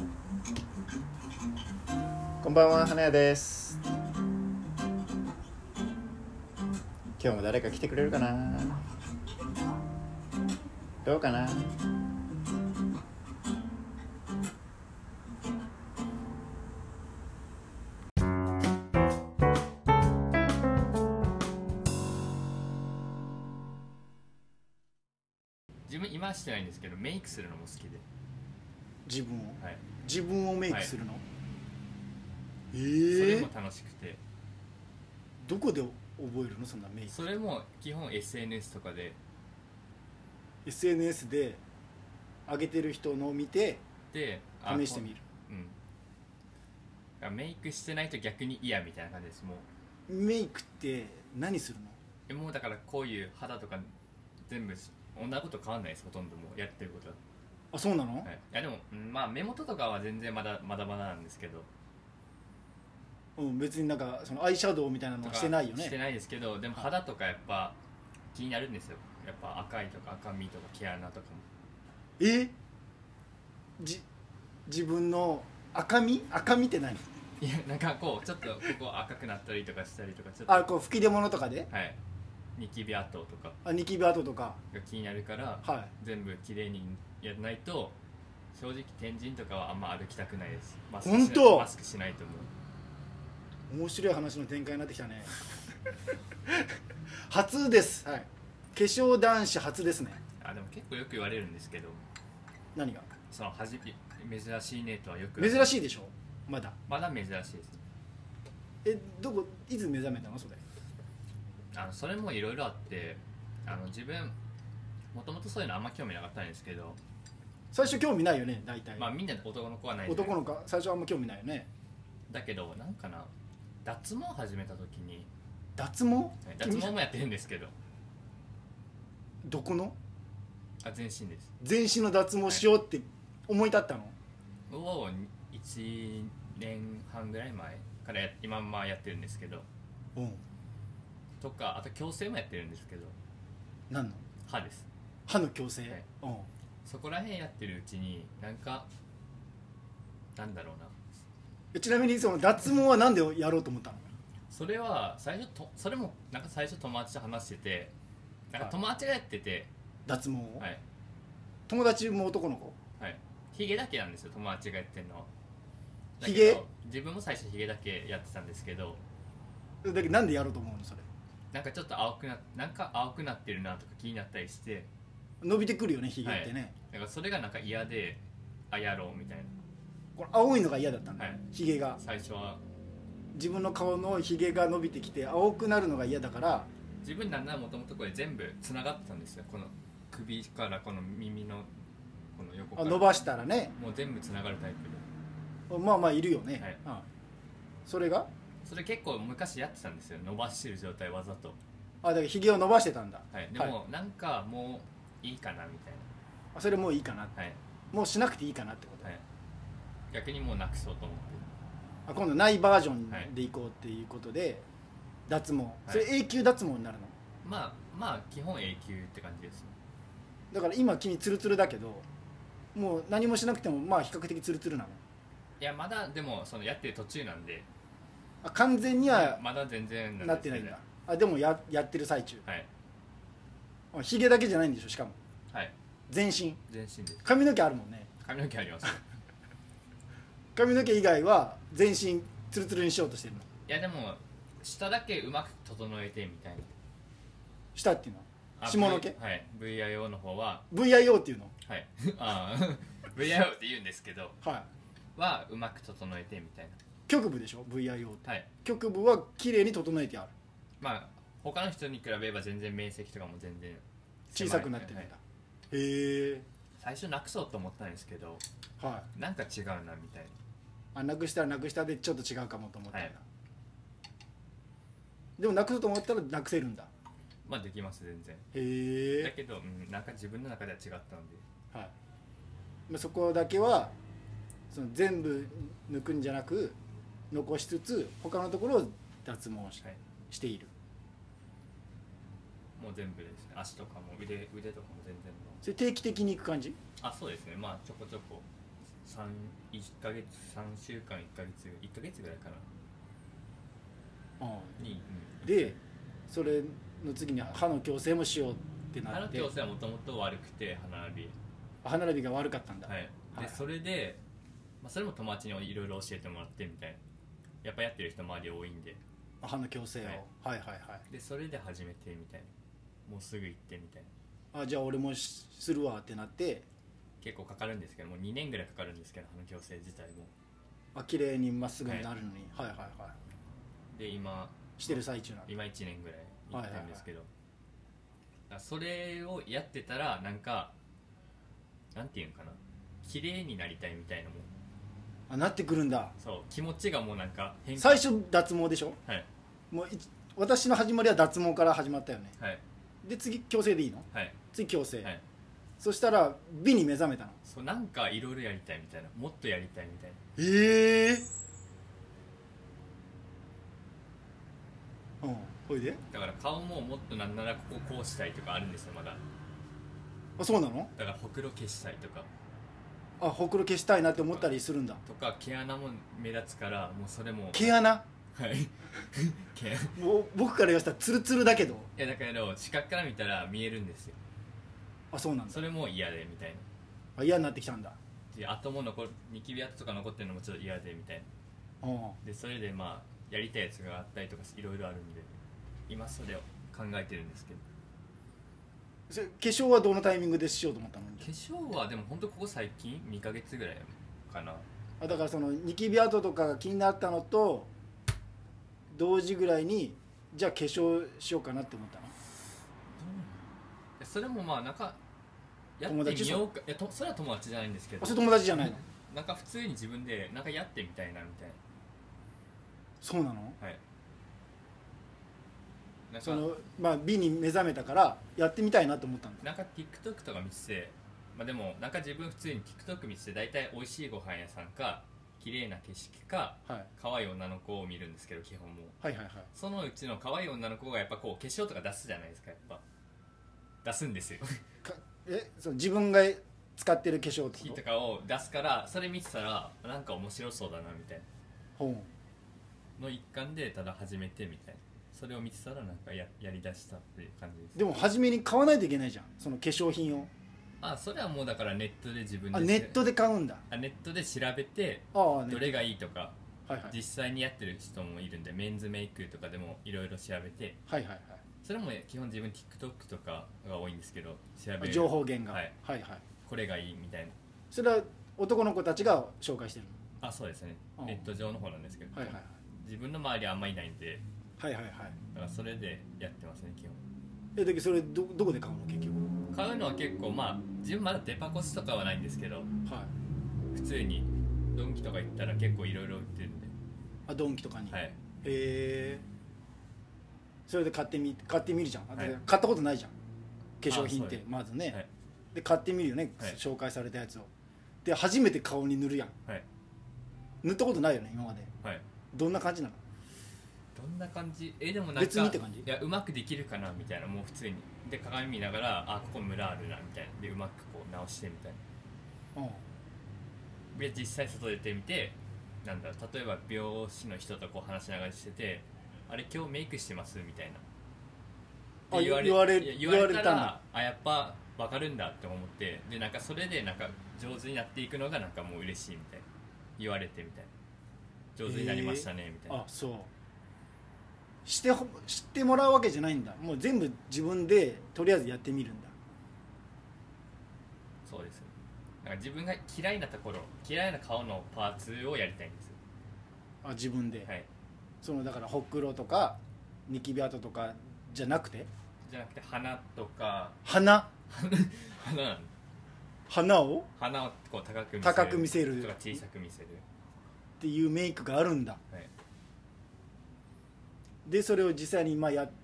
こんばんは、花屋です。今日も誰か来てくれるかな。どうかな。 自分今はしてないんですけど、メイクするのも好きで。 自分を、 はい、 自分をメイクするの、 それも楽しくて。 どこで覚えるの、そんなメイク。 それも基本 SNS とかで SNS で上げてる人のを見てで試してみる。 メイクしてないと逆に嫌みたいな感じです。もメイクって何するの。 もうだからこういう肌とか全部同じこと変わんないです。ほとんどもうやってることは。 あ、そうなの、 いやでも、まあ目元とかは全然まだまだなんですけど、 別になんかそのアイシャドウみたいなのはしてないよね。 してないですけど、でも肌とかやっぱ気になるんですよ。やっぱ赤いとか赤みとか毛穴とかも。 自分の赤みって何。 いやなんかこうちょっとここ赤くなったりとかしたりとか、ちょっとこう吹き出物とかで、 はい、ニキビ跡とかニキビ跡とかが気になるから、 はい、 全部きれいにやらないと正直天神とかはあんま歩きたくないです。 本当マスクしないと思う。 面白い話の展開になってきたね初です、はい、化粧男子初ですね。 でも結構よく言われるんですけど。 何がその珍しいねとはよく。 珍しいでしょ。まだ珍しいです。 いつ目覚めたのそれ。 それもいろいろあって、自分もともとそういうのあんま興味なかったんですけど。 最初興味ないよね、大体。 みんな男の子はない。 男の子最初あんま興味ないよね。 だけどなんかな、脱毛始めた時に。 脱毛もやってるんですけど。 どこの。 全身です。 全身の脱毛しようって思い立ったの、 1年半ぐらい前から今やってるんですけど、とかあと矯正もやってるんですけど。 何の。 歯です。 歯の矯正、 そこら辺やってるうちになんだろうな。 ちなみにその脱毛は何でやろうと思ったの。 それは最初それもなんか最初友達と話してて、なんか友達がやってて、 脱毛を、 はい、 友達も男の子。 はい、ヒゲだけなんですよ、友達がやってるのは。 ヒゲ。 自分も最初ヒゲだけやってたんですけど。 だけどなんでやろうと思うのそれ。 なんかちょっと青くなってるなとか気になったりして。 伸びてくるよね、ヒゲってね。 だからそれがなんか嫌で、やろうみたいな。 これ青いのが嫌だったんだ、ヒゲが。 最初は自分の顔のヒゲが伸びてきて青くなるのが嫌だから。 自分なんならもともとこれ全部つながってたんですよ。この首からこの耳のこの横から伸ばしたらね、 もう全部つながるタイプで。 まあいるよね、それ結構昔やってたんですよ、伸ばしてる状態わざと。 だからヒゲを伸ばしてたんだ。 でもなんかもういいかなみたいな。 それもういいかなって、もうしなくていいかなってこと。 逆にもうなくそうと思って。 今度ないバージョンでいこうっていうことで、脱毛、それ永久脱毛になるの。 まあ基本永久って感じです。 だから今君ツルツルだけど、もう何もしなくても比較的ツルツルなの。 いやまだでもそのやってる途中なんで。 完全にはまだ全然なってないんだ。でもやってる最中。ヒゲだけじゃないんでしょ、しかも。全身です。 髪の毛あるもんね。 髪の毛あります髪の毛以外は全身ツルツルにしようとしてるの。 いやでも下だけうまく整えてみたいな。 下っていうのは下の毛。 VIO の方は VIO っていうの。 VIO って言うんですけど、 はうまく整えてみたいな。 局部でしょ VIO って。局部は綺麗に整えてある。 他の人に比べれば全然面積とかも全然小さくなってるんだ。へえ。 最初なくそうと思ったんですけど、なんか違うなみたいな。なくしたらなくしたでちょっと違うかもと思ったんだ。でもなくそうと思ったらなくせるんだ。 できます全然。 へえ。 だけど、なんか自分の中では違ったので、そこだけはその全部抜くんじゃなく残しつつ他のところを脱毛している。 もう全部ですね。足とかも腕とかも全然の。 それ定期的に行く感じ。 そうですね。ちょこちょこ 1ヶ月3週間1ヶ月ぐらいかなに、 でそれの次に歯の矯正もしようってなって。 歯の矯正はもともと悪くて歯並びが悪かったんだ。 はい、でそれで、それも友達にいろいろ教えてもらってみたいな、やっぱやってる人周り多いんで歯の矯正を、はいはいはいでそれで始めてみたいな、もうすぐ行ってみたいな。 じゃあ俺もするわってなって、 結構かかるんですけど、もう2年ぐらいかかるんですけど、歯の矯正自体も綺麗にまっすぐになるのに、はいはいはい。 で今してる最中なの。 今1年ぐらい行ってるんですけど、だからそれをやってたらなんていうんかな、綺麗になりたいみたいなもん。 なってくるんだ。 そう、気持ちがもうなんか変化。 最初脱毛でしょ。 はい。 もう私の始まりは脱毛から始まったよね。 はい。 で次矯正でいいの？ はい。 次矯正。 はい。 そしたら美に目覚めたの。 そう、なんかいろいろやりたいみたいな、もっとやりたいみたいな。 ほいで？ だから顔ももっとなんならこうしたいとかあるんですよまだ。 そうなの？ だからほくろ消したいとか。 ほくろ消したいなって思ったりするんだ。 とか毛穴も目立つから、もうそれも毛穴？ はい毛穴もう僕から言わせたらツルツルだけど。 いやだけど視覚から見たら見えるんですよ。 そうなんだ。 それも嫌でみたいな。嫌になってきたんだ。 で跡もニキビ跡とか残ってるのもちょっと嫌でみたいな。でそれでやりたいやつがあったりとかいろいろあるんで、今それを考えてるんですけど。 化粧はどのタイミングでしようと思ったの？ 化粧はでも本当ここ最近2ヶ月ぐらいかな。 だからそのニキビ跡とかが気になったのと同時ぐらいに、じゃあ化粧しようかなって思ったの？ それもなんかやってみようか。それは友達じゃないんですけど。 それ友達じゃないの？ なんか普通に自分でなんかやってみたいなみたいな。 そうなの？ はい。 その美に目覚めたからやってみたいなと思ったんだ。 なんか TikTok とか見てて、でもなんか自分普通に TikTok 見てて大体美味しいご飯屋さんか綺麗な景色か、可愛い女の子を見るんですけど基本も。はいはいはい。そのうちの可愛い女の子がやっぱこう化粧とか出すじゃないですか、やっぱ出すんですよその自分が使ってる化粧とかを出すから、それ見てたらなんか面白そうだなみたいなの一環でただ始めてみたいな。それを見てたらなんか やりだしたっていう感じです。 でも初めに買わないといけないじゃん、その化粧品を。 それはもうだからネットで自分でネットで買うんだ。 ネットで調べてどれがいいとか、実際にやってる人もいるんで、メンズメイクとかでもいろいろ調べて、それも基本自分 TikTok とかが多いんですけど、調べる情報源が、 これがいいみたいな。 それは男の子たちが紹介してるの？そうですね、ネット上の方なんですけど、自分の周りはあんまりいないんで、だからそれでやってますね基本。 だけどそれどこで買うの？結局買うのは結構自分まだデパコスとかはないんですけど、普通にドンキとか行ったら結構いろいろ売ってるんで。 ドンキとかに。それで買ってみるじゃん。買ったことないじゃん化粧品って。まずね、で買ってみるよね、紹介されたやつを。で初めて顔に塗るやん。塗ったことないよね今まで。どんな感じなの？ どんな感じ？でもなんか別にって感じ？ いや、うまくできるかなみたいな。もう普通にで鏡見ながら、ここムラあるなみたいなでうまくこう直してみたいな。で実際外出てみて、例えば美容師の人とこう話しながらしてて、あれ今日メイクしてますみたいな言われたら、やっぱ分かるんだって思って、でなんかそれでなんか上手になっていくのがなんかもう嬉しいみたいな。言われてみたいな、上手になりましたねみたいな。 そう知ってもらうわけじゃないんだ。もう全部自分でとりあえずやってみるんだ。 そうです。なんか自分が嫌いなところ、嫌いな顔のパーツをやりたいんですよ。 自分で。だからほくろとかニキビ跡とかじゃなくて鼻とか。 鼻をこう高く見せるとか小さく見せるっていうメイクがあるんだ。でそれを実際に今やって、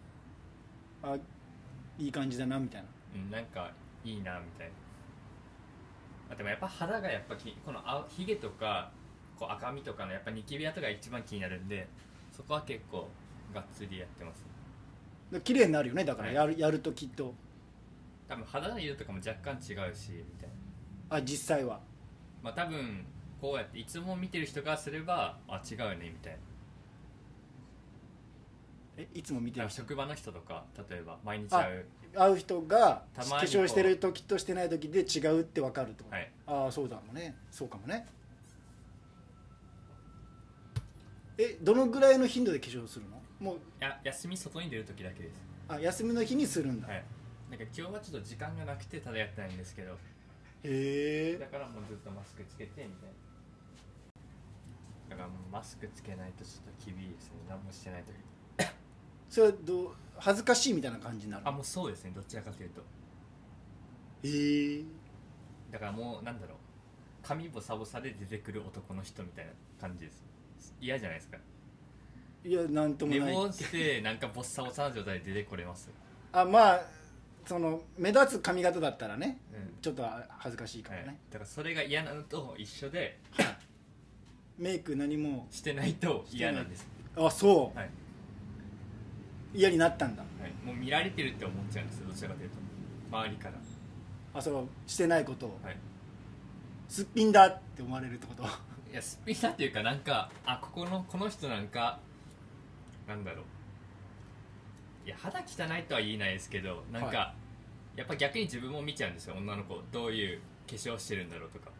いい感じだなみたいな。 なんかいいなみたいな。でもやっぱ肌がやっぱこのヒゲとかこう赤みとかのやっぱニキビ跡が一番気になるんで、そこは結構がっつりやってます。 綺麗になるよね。だからやるときっと多分肌の色とかも若干違うしみたいな。 実際はまあ多分こうやっていつも見てる人からすれば違うよねみたいな。 いつも見てる人、 職場の人とか例えば毎日会う人が化たまに粧してる時としてない時で違うって分かるってこと、 はい、 ああそうだもんね、そうかもね。どのぐらいの頻度で化粧するの？もう休み外に出る時だけです。 休みの日にするんだ。 はい、なんか今日はちょっと時間がなくてただやってないんですけど、 へえ。 だからもうずっとマスクつけてみたいな。だからもうマスクつけないとちょっと厳しいですね、何もしてない時。 それは恥ずかしいみたいな感じになる？ もうそうですね、どちらかというと。 へえ。 だからもうなんだろう、髪ボサボサで出てくる男の人みたいな感じです。嫌じゃないですか？ いや、なんともない。 寝坊してなんかボッサボサな状態で出てこれます？ まあその目立つ髪型だったらね、 うん、 ちょっと恥ずかしいかもね、 はい、だからそれが嫌なのと一緒で、 はい、メイク何もしてないと嫌なんです。 そう、はい、嫌になったんだ、 はい、もう見られてるって思っちゃうんですよ、どちらかというと周りから。 そのしてないことを、 はい、 すっぴんだって思われるってこと？ いや、すっぴんだっていうか、なんかこの人なんかなんだろう、いや肌汚いとは言えないですけど、なんか、はい、やっぱ逆に自分も見ちゃうんですよ、女の子どういう化粧してるんだろうとか。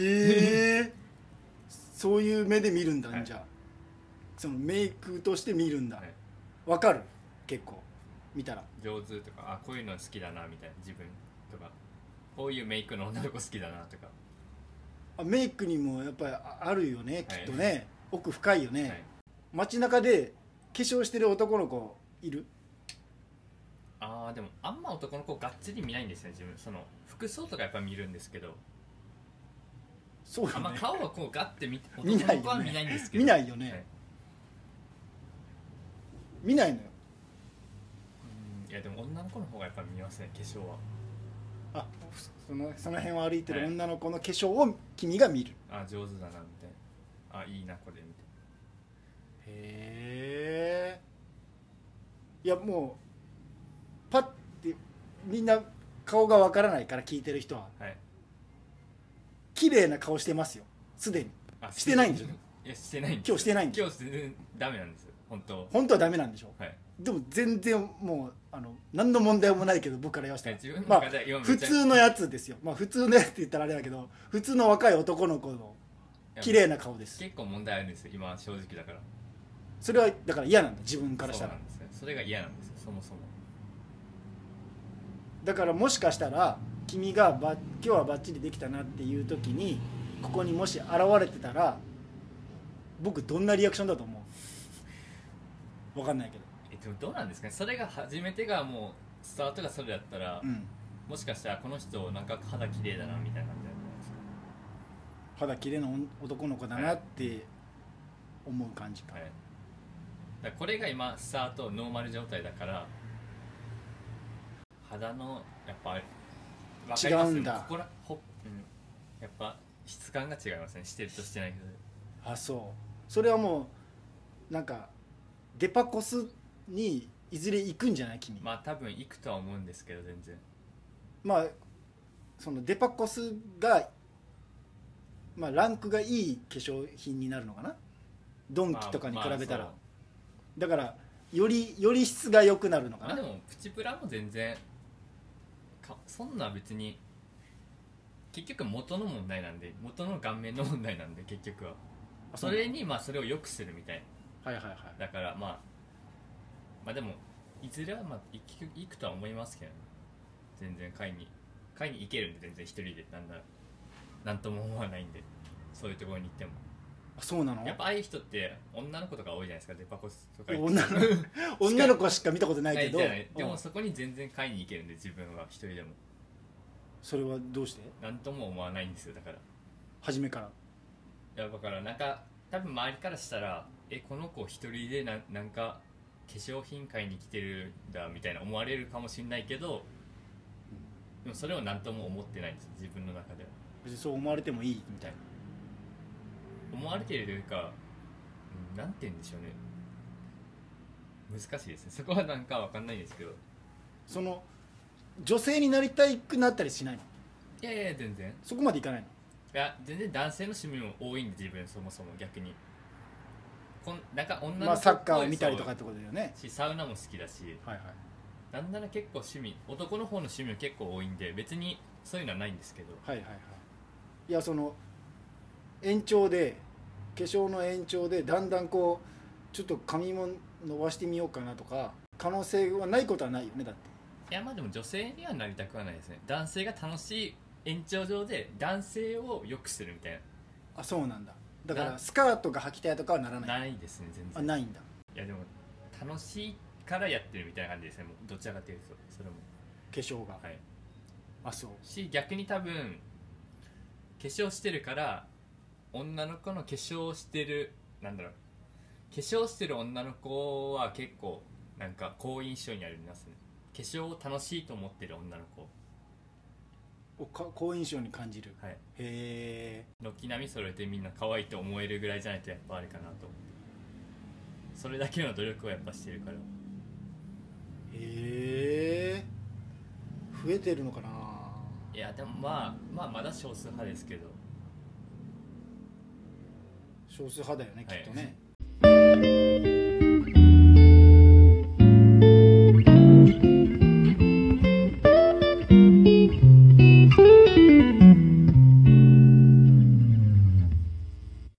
そういう目で見るんだ、はい、じゃあそのメイクとして見るんだ、はい、分かる？結構見たら上手とか、こういうの好きだなみたいな、自分とかこういうメイクの女の子好きだなとか。 メイクにもやっぱりあるよね、きっとね、はい、奥深いよね、はい、街中で化粧してる男の子いる？ でもあんま男の子がっつり見ないんですよ、自分。その服装とかやっぱ見るんですけど、 そうよね、 顔はこうガッて男の子は見ないんですけど、 見ないよね、はい、見ないのよ。 いやでも女の子の方がやっぱ見ますね、化粧は。 その辺を歩いてる女の子の化粧を君が見る、 上手だなみたいな、いいなこれみたいな。 へえ。いやもうパッてみんな顔がわからないから、聞いてる人は、はい、綺麗な顔してますよすでに。してないんでしょ？ いやしてないんです。 今日してないんでしょ？ 今日全然ダメなんですよ、本当はダメなんでしょ？ はい。 でも全然もう何の問題もないけど、僕から言わせたら、 自分の中で普通のやつですよ。普通のやつって言ったらあれだけど、普通の若い男の子の綺麗な顔です。 結構問題あるんですよ今、正直だから。 それはだから嫌なんだ、自分からしたら。 そうなんですね、それが嫌なんですよ、そもそも。 だからもしかしたら君が今日はバッチリできたなっていう時に、ここにもし現れてたら、僕どんなリアクションだと思う？分かんないけど。 でもどうなんですかね、それが初めてがもうスタートがそれだったら、もしかしたらこの人なんか肌綺麗だなみたいな感じじゃないですか。 肌綺麗な男の子だなって思う感じか。 だからこれが今スタートノーマル状態だから、肌のやっぱ分かりますね、 違うんだ。 やっぱ質感が違いますね、してるとしてないけど。 そう。それはもうなんかデパコスにいずれ行くんじゃない君？ 多分行くとは思うんですけど、全然。 そのデパコスがランクがいい化粧品になるのかな、ドンキとかに比べたら。だからより質が良くなるのかな。 でもプチプラも全然そんな別に、結局元の問題なんで、元の顔面の問題なんで、結局はそれにそれを良くするみたいな。だからでもいずれは行くとは思いますけどね。全然買いに行けるんで、全然一人でなんとも思わないんで、そういうところに行っても。 そうなの？ やっぱああいう人って女の子とか多いじゃないですか、デパコスとか。 女の子しか見たことないけど、 でもそこに全然買いに行けるんで、自分は一人でも。 それはどうして？ なんとも思わないんですよ、だから。 初めから。 いやだから多分周りからしたら、この子一人でなんか化粧品買いに来てるんだみたいな思われるかもしれないけど、でもそれを何とも思ってないんです、自分の中では。 別にそう思われてもいいみたいな。 思われているというか、なんて言うんでしょうね、難しいですね、そこはなんか分かんないですけど。 その女性になりたくなったりしないの？ いや全然。 そこまでいかないの？ いや全然男性の趣味も多いんで自分そもそも逆になんか女の子っぽい、 まあサッカーを見たりとかってことだよね。 サウナも好きだし、 はいはい、 なんなら結構趣味男の方の趣味も結構多いんで別にそういうのはないんですけど、 はいはいはい。いやその延長で化粧の延長でだんだんこうちょっと髪も伸ばしてみようかなとか可能性はないことはないよね。だっていやまあでも女性にはなりたくはないですね。男性が楽しい延長上で男性を良くするみたいな。 あ、そうなんだ。だからスカートが履きたいとかはならない。 ないですね全然。 あ、ないんだ。 いやでも楽しいからやってるみたいな感じですね。もうどちらかというとそれも化粧が、 はい、 あ、そうし逆に多分化粧してるから女の子の化粧してるなんだろう化粧してる女の子は結構なんか好印象にありますね。化粧を楽しいと思ってる女の子を好印象に感じる、 はい、 へえ。 軒並み揃えてみんな可愛いと思えるぐらいじゃないとやっぱあれかなと。それだけの努力をやっぱしてるから。へえ。増えてるのかな。 いやでもまだ少数派ですけど。 少数派だよね、きっとね、 はい